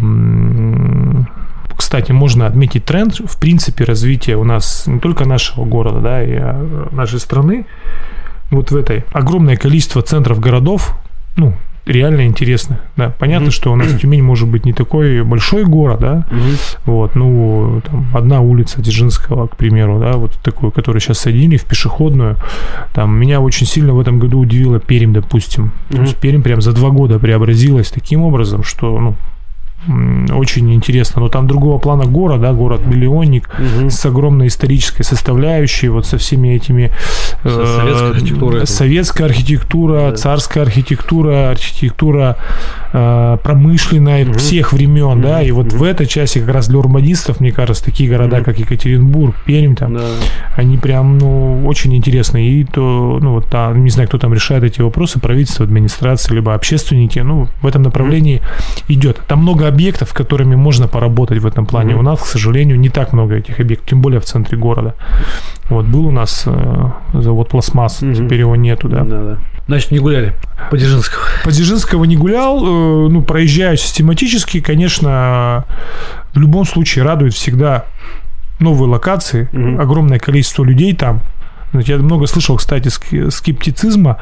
Кстати, можно отметить тренд, в принципе, развития у нас не только нашего города, да, и нашей страны. Вот в этой огромное количество центров городов, ну, реально интересно. Да. Понятно, mm-hmm. что у нас Тюмень может быть не такой большой город, да, mm-hmm. вот, ну, там, одна улица Дзержинского, к примеру, да, вот такую, которую сейчас соединили в пешеходную. Там, меня очень сильно в этом году удивила Пермь, допустим. Mm-hmm. То есть Пермь прям за два года преобразилась таким образом, что, ну, очень интересно. Но там другого плана город, да, город-миллионник угу. с огромной исторической составляющей, вот со всеми этими советская э, архитектура, советская архитектура, да. царская архитектура, архитектура э, промышленная угу. всех времен, угу. да, и вот угу. в этой части как раз для урбанистов, мне кажется, такие города, угу. как Екатеринбург, Пермь, там, да. они прям, ну, очень интересные. И то, ну, вот, да, не знаю, кто там решает эти вопросы, правительство, администрация, либо общественники, ну, в этом направлении угу. идет. Там много объектов, которыми можно поработать в этом плане. Mm-hmm. У нас, к сожалению, не так много этих объектов, тем более в центре города. Вот был у нас э, завод «Пластмасс», mm-hmm. теперь его нету, да. Да-да. Значит, не гуляли по Дзержинского? По Дзержинского не гулял, э, ну, проезжаю систематически, конечно, в любом случае радует всегда новые локации, mm-hmm. огромное количество людей там. Я много слышал, кстати, скептицизма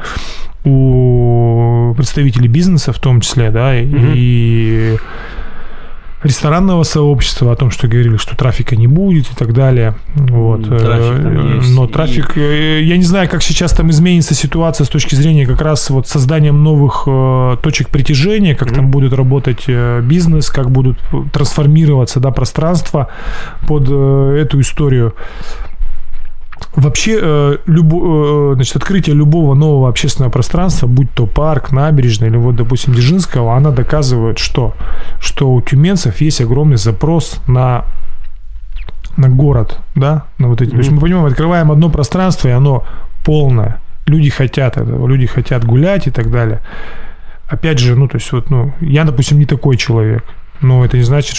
у представителей бизнеса в том числе, да, mm-hmm. и ресторанного сообщества о том, что говорили, что трафика не будет и так далее. Вот. Трафик там есть. Но трафик... И... Я не знаю, как сейчас там изменится ситуация с точки зрения как раз вот созданием новых э, точек притяжения, как mm-hmm. там будет работать э, бизнес, как будут трансформироваться, да, пространство под э, эту историю. Вообще, э, любо, э, значит, открытие любого нового общественного пространства, будь то парк, набережная или вот, допустим, Дзержинского, она доказывает, что, что у тюменцев есть огромный запрос на, на город, да, на вот эти. Mm-hmm. То есть мы понимаем, открываем одно пространство, и оно полное. Люди хотят этого, люди хотят гулять и так далее. Опять же, ну, то есть вот, ну, я, допустим, не такой человек. Но это не значит,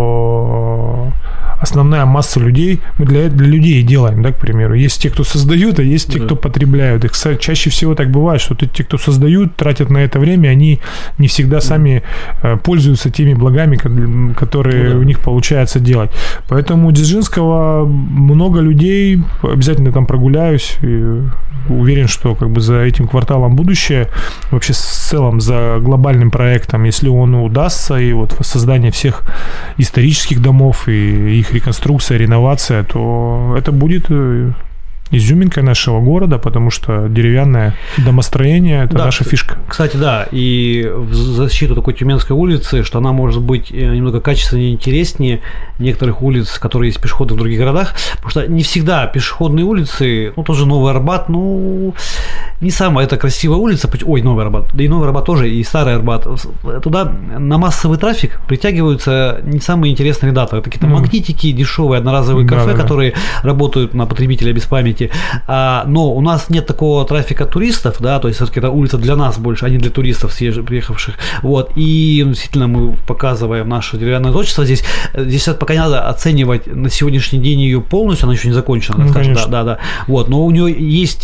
что основная масса людей, мы для, для людей делаем, да, к примеру. Есть те, кто создают, а есть те, да. кто потребляют. И, кстати, чаще всего так бывает, что те, кто создают, тратят на это время, они не всегда сами э, пользуются теми благами, которые ну, да. у них получается делать. Поэтому у Дзержинского много людей, обязательно там прогуляюсь, и уверен, что как бы за этим кварталом будущее, вообще в целом за глобальным проектом, если он удастся, и вот создание всех исторических домов и их реконструкция, реновация, то это будет изюминкой нашего города, потому что деревянное домостроение – это да, наша фишка. Кстати, да, и в защиту такой Тюменской улицы, что она может быть немного качественнее и интереснее некоторых улиц, которые есть пешеходы в других городах, потому что не всегда пешеходные улицы, ну, тоже Новый Арбат, ну, не самая это красивая улица, ой, Новый Арбат, да и Новый Арбат тоже, и Старый Арбат, туда на массовый трафик притягиваются не самые интересные ребята, какие-то mm. магнитики, дешевые одноразовые кафе, да, да, которые да. работают на потребителя без памяти. А, но у нас нет такого трафика туристов, да, то есть все-таки это улица для нас больше, а не для туристов, приехавших. Вот. И действительно мы показываем наше деревянное творчество здесь. Здесь пока не надо оценивать на сегодняшний день ее полностью, она еще не закончена, ну, скажем, да, да, да. Вот. Но у нее есть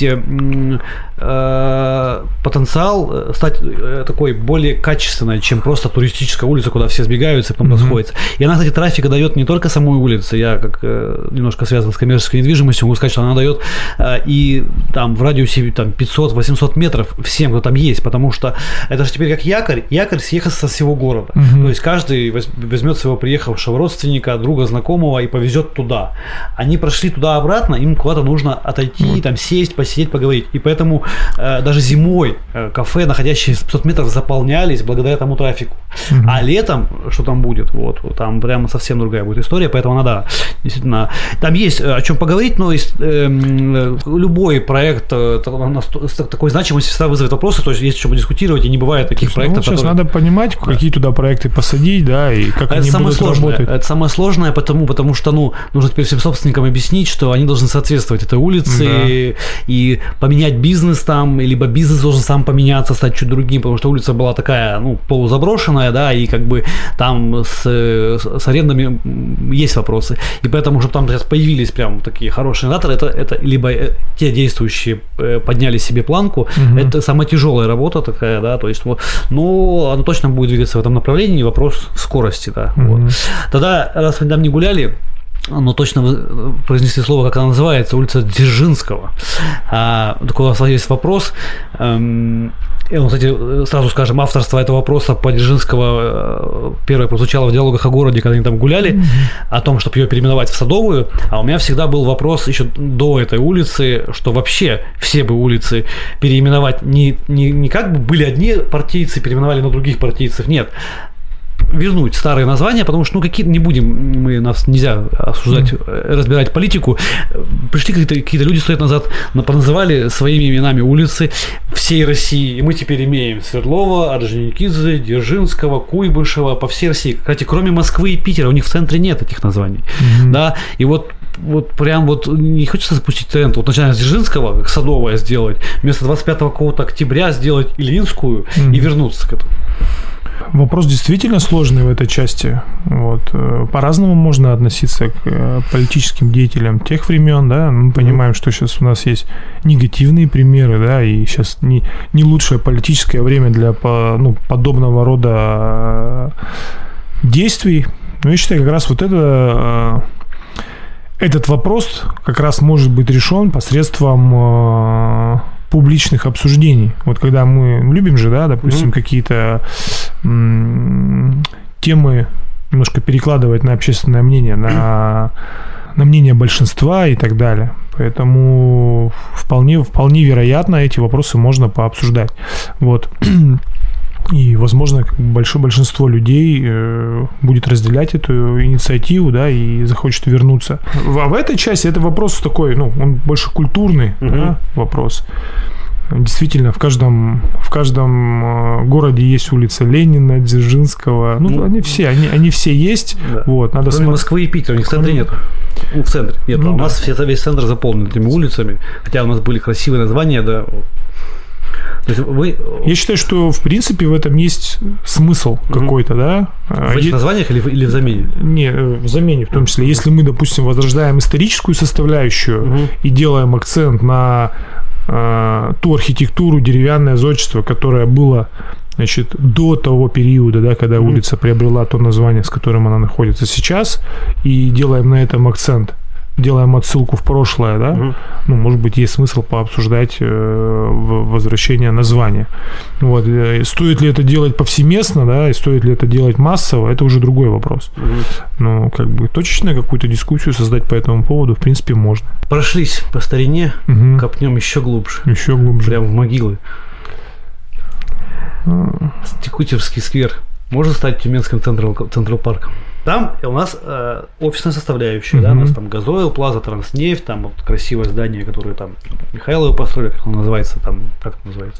э, потенциал стать такой более качественной, чем просто туристическая улица, куда все сбегаются и потом mm-hmm. расходятся. И она, кстати, трафика дает не только самой улице. Я как э, немножко связан с коммерческой недвижимостью, могу сказать, что она дает и там в радиусе там, пятьсот-восемьсот метров всем, кто там есть, потому что это же теперь как якорь, якорь съехал со всего города. Угу. То есть каждый возьмет своего приехавшего родственника, друга, знакомого и повезет туда. Они прошли туда-обратно, им куда-то нужно отойти, вот. там сесть, посидеть, поговорить. И поэтому э, даже зимой э, кафе, находящиеся в пятьсот метров, заполнялись благодаря этому трафику. Угу. А летом, что там будет, вот, вот там прямо совсем другая будет история, поэтому надо действительно, там есть о чем поговорить, но есть э, любой проект с такой значимостью всегда вызовет вопросы, то есть есть что дискутировать, и не бывает таких есть, проектов. Ну, сейчас которые... надо понимать, да. какие туда проекты посадить, да, и как это они будут сложное. работать. Это самое сложное, потому, потому что, ну, нужно теперь всем собственникам объяснить, что они должны соответствовать этой улице, да. и, и поменять бизнес там, либо бизнес должен сам поменяться, стать чуть другим, потому что улица была такая, ну, полузаброшенная, да, и как бы там с, с арендами есть вопросы. И поэтому, чтобы там сейчас появились прям такие хорошие арендаторы, это, это либо те действующие подняли себе планку, угу. это самая тяжелая работа такая, да, то есть, вот, но она точно будет двигаться в этом направлении, вопрос скорости, да. Угу. Вот. Тогда, раз вы там не гуляли, но точно вы произнесли слово, как она называется, улица Дзержинского. А, такой у вас есть вопрос. Эм, и, ну, кстати, сразу скажем, авторство этого вопроса по Дзержинского первое прозвучало в диалогах о городе, когда они там гуляли, mm-hmm. о том, чтобы ее переименовать в Садовую. А у меня всегда был вопрос еще до этой улицы, что вообще все бы улицы переименовать не, не, не как бы были одни партийцы, переименовали на других партийцев, нет. вернуть старые названия, потому что, ну, какие не будем, мы, нас нельзя осуждать, mm. разбирать политику. Пришли какие-то, какие-то люди сто лет назад, поназывали своими именами улицы всей России, и мы теперь имеем Свердлова, Орджоникидзе, Дзержинского, Куйбышева по всей России. Кстати, кроме Москвы и Питера, у них в центре нет этих названий, mm-hmm. да, и вот вот прям вот не хочется запустить тренд, вот начиная с Дзержинского, как Садовое сделать, вместо двадцать пятого какого-то октября сделать Ильинскую mm-hmm. и вернуться к этому. Вопрос действительно сложный в этой части. Вот. По-разному можно относиться к политическим деятелям тех времен, да. Мы понимаем, что сейчас у нас есть негативные примеры, да, и сейчас не, не лучшее политическое время для ну, подобного рода действий. Но я считаю, как раз вот это... Этот вопрос как раз может быть решен посредством э, публичных обсуждений. Вот когда мы любим же, да, допустим, mm-hmm. какие-то м- темы немножко перекладывать на общественное мнение, на, на мнение большинства и так далее. Поэтому вполне, вполне вероятно эти вопросы можно пообсуждать. Вот. И, возможно, большое большинство людей э, будет разделять эту инициативу, да, и захочет вернуться. А в этой части это вопрос такой, ну, он больше культурный, угу. да, вопрос. Действительно, в каждом, в каждом городе есть улица Ленина, Дзержинского. Ну, ну они все, они, они все есть. Да. Вот, надо Кроме см... Москвы и Питера, у них в центре нет. Ну, в центре нет. Ну, а да. У нас все, весь центр заполнен этими улицами. Хотя у нас были красивые названия, да. То есть вы... Я считаю, что в принципе в этом есть смысл mm-hmm. какой-то, да? В этих е... названиях или в, или в замене? Не, в замене в том числе. Если мы, допустим, возрождаем историческую составляющую mm-hmm. и делаем акцент на э, ту архитектуру, деревянное зодчество, которое было, значит, до того периода, да, когда mm-hmm. улица приобрела то название, с которым она находится сейчас, и делаем на этом акцент, делаем отсылку в прошлое, да, угу. ну, может быть, есть смысл пообсуждать э, возвращение названия. Вот. Стоит ли это делать повсеместно, да, и стоит ли это делать массово, это уже другой вопрос. Угу. Но, как бы, точечно какую-то дискуссию создать по этому поводу, в принципе, можно. Прошлись по старине, угу. копнем еще глубже. Еще глубже. Прямо в могилы. А... Текутевский сквер может стать Тюменским Централ-парком. Там у нас э, офисная составляющая, mm-hmm. да, у нас там Газойл, Плаза, Транснефть, там вот красивое здание, которое там Михайловы построили, как оно называется, там, как это называется?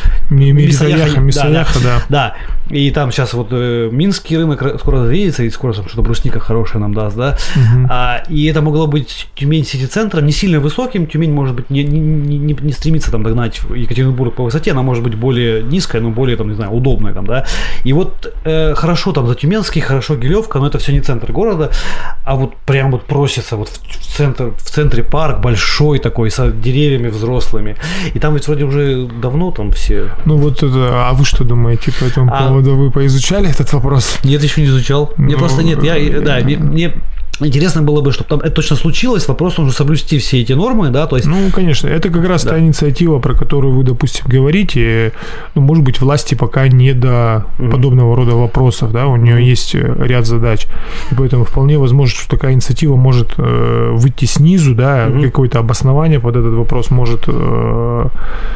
Мисаяха, Мисаяха, да, да. Да, и там сейчас вот э, Минский рынок скоро заведется, и скоро там что-то брусника хорошее нам даст, да, mm-hmm. а, и это могло быть Тюмень сити-центром, не сильно высоким, Тюмень, может быть, не, не, не, не стремится там догнать Екатеринбург по высоте, она может быть более низкая, но более, там, не знаю, удобная там, да, и вот э, хорошо там за Тюменский, хорошо Гилевка, но это все не центр города, а вот прям вот просится вот в центр, в центре парк большой такой, с деревьями взрослыми. И там ведь вроде уже давно там все... Ну вот это, а вы что думаете по этому а... поводу? Вы поизучали этот вопрос? Нет, еще не изучал. Ну... Мне просто нет, я, да, мне... мне... Интересно было бы, чтобы там это точно случилось. Вопрос нужно соблюсти все эти нормы, да, то есть. Ну, конечно, это как раз да. та инициатива, про которую вы, допустим, говорите. Ну, может быть, власти пока не до mm-hmm. подобного рода вопросов, да, у нее mm-hmm. есть ряд задач, и поэтому вполне возможно, что такая инициатива может э, выйти снизу, да, mm-hmm. какое-то обоснование под этот вопрос может э,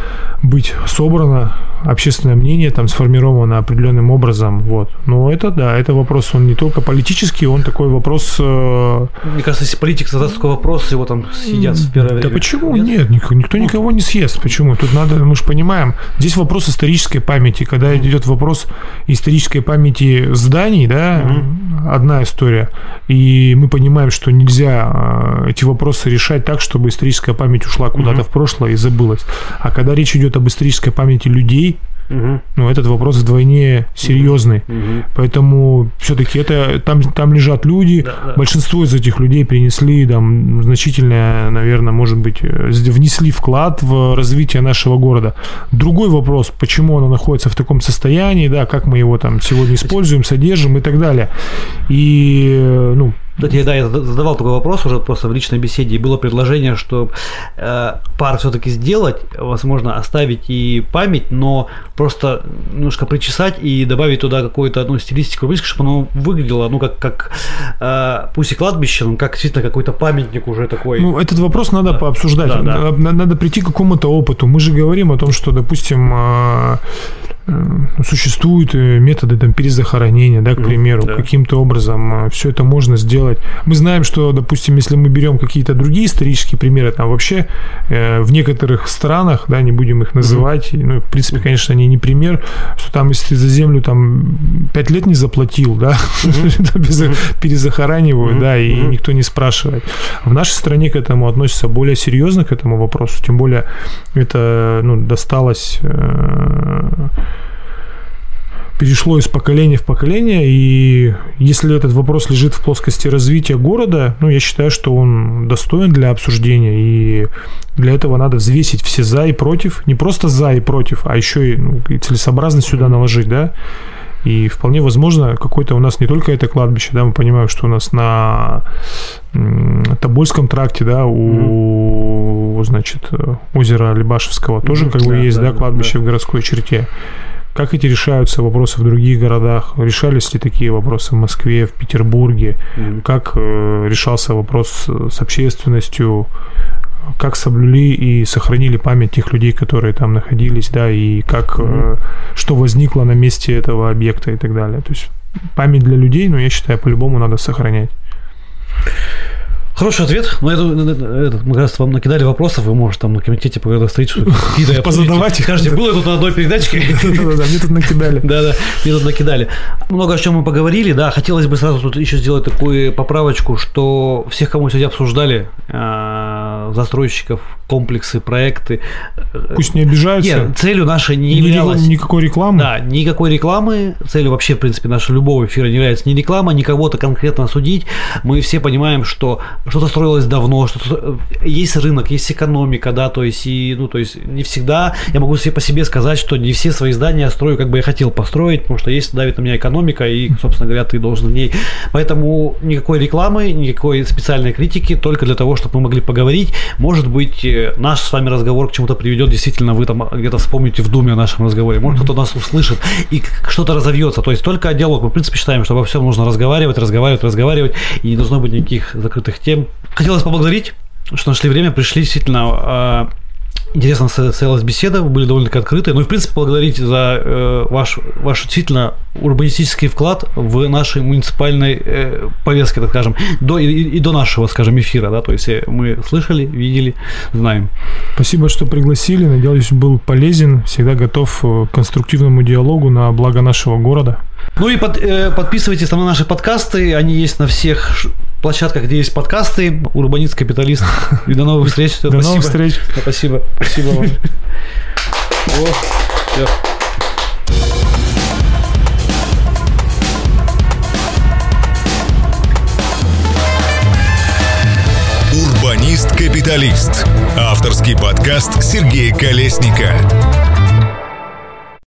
быть собрано, общественное мнение там сформировано определенным образом, вот. Но это, да, это вопрос, он не только политический, он такой вопрос... Э... Мне кажется, если политик задаст такой вопрос, его там съедят в первое время. Да почему? Нет, Нет никто, никто никого не съест. Почему? Тут надо, мы же понимаем, здесь вопрос исторической памяти. Когда идет вопрос исторической памяти зданий, да, угу. одна история, и мы понимаем, что нельзя эти вопросы решать так, чтобы историческая память ушла куда-то угу. в прошлое и забылась. А когда речь идет об исторической памяти людей, угу. ну, этот вопрос вдвойне серьезный. Угу. Поэтому все-таки это там, там лежат люди. Да, да. Большинство из этих людей принесли там значительное, наверное, может быть, внесли вклад в развитие нашего города. Другой вопрос, почему оно находится в таком состоянии, да, как мы его там сегодня используем, содержим и так далее. И, ну, Кстати, да, я задавал такой вопрос уже просто в личной беседе, и было предложение, что э, парк все-таки сделать, возможно, оставить и память, но просто немножко причесать и добавить туда какую-то одну стилистику, чтобы оно выглядело, ну, как, как э, пусть и кладбище, но как действительно какой-то памятник уже такой. Ну, этот вопрос надо да. пообсуждать, да, да. Надо, надо прийти к какому-то опыту. Мы же говорим о том, что, допустим, э, существуют методы там, перезахоронения, да, к примеру, да. Каким-то образом все это можно сделать. Мы знаем, что, допустим, если мы берем какие-то другие исторические примеры, там вообще э, в некоторых странах, да, не будем их называть, mm-hmm. ну, в принципе, конечно, они не пример, что там, если ты за землю там пять лет не заплатил, да, mm-hmm. перезахоранивают, mm-hmm. да, и mm-hmm. никто не спрашивает. В нашей стране к этому относятся более серьезно, к этому вопросу, тем более это, ну, досталось... Э, перешло из поколения в поколение, и если этот вопрос лежит в плоскости развития города, ну, я считаю, что он достоин для обсуждения, и для этого надо взвесить все за и против, не просто за и против, а еще и, ну, и целесообразность сюда наложить, да, и вполне возможно, какой-то у нас не только это кладбище, да, мы понимаем, что у нас на Тобольском тракте, да, у, значит, озера Лебашевского тоже, mm-hmm. как бы, да, есть, да, да кладбище да. в городской черте. Как эти решаются вопросы в других городах? Решались ли такие вопросы в Москве, в Петербурге? Mm-hmm. Как э, решался вопрос с общественностью? Как соблюли и сохранили память тех людей, которые там находились, да, и как, mm-hmm. э, что возникло на месте этого объекта и так далее. То есть память для людей, ну, я считаю, по-любому надо сохранять. Хороший ответ. Ну, это, это, мы как раз вам накидали вопросов, вы можете там на комитете, когда стоите, что какие-то позадавать. Скажите, было тут на одной передачке? Да-да-да, мне тут накидали. Да-да, мне тут накидали. Много о чем мы поговорили, да, хотелось бы сразу тут еще сделать такую поправочку, что всех, кому сегодня обсуждали, застройщиков, комплексы, проекты. Пусть не обижаются. Нет, целью нашей не являлась... Никакой рекламы? Да, никакой рекламы. Целью вообще, в принципе, нашего любого эфира не является ни реклама, ни кого-то конкретно осудить. Мы все понимаем, что что-то строилось давно, что-то... есть рынок, есть экономика, да, то есть, и, ну, то есть не всегда, я могу себе по себе сказать, что не все свои здания строю, как бы я хотел построить, потому что есть, давит на меня экономика, и, собственно говоря, ты должен в ней. Поэтому никакой рекламы, никакой специальной критики, только для того, чтобы мы могли поговорить. Может быть, наш с вами разговор к чему-то приведет, действительно, вы там где-то вспомните в думе о нашем разговоре, может, кто-то нас услышит, и что-то разовьется, то есть только диалог. Мы, в принципе, считаем, что обо всем нужно разговаривать, разговаривать, разговаривать, и не должно быть никаких закрытых тем. Хотелось поблагодарить, что нашли время, пришли, действительно, интересно состоялась беседа, вы были довольно-таки открыты. Ну и, в принципе, поблагодарить за э, ваш, ваш действительно урбанистический вклад в нашей муниципальной э, повестке, так скажем, до, и, и до нашего, скажем, эфира, да, то есть мы слышали, видели, знаем. Спасибо, что пригласили, надеюсь, был полезен, всегда готов к конструктивному диалогу на благо нашего города. Ну и под, э, подписывайтесь на наши подкасты, они есть на всех площадках, где есть подкасты. Урбанист, капиталист. И до новых встреч. До Спасибо. новых встреч. Спасибо. Спасибо вам. Урбанист-капиталист. Авторский подкаст Сергея Колесника.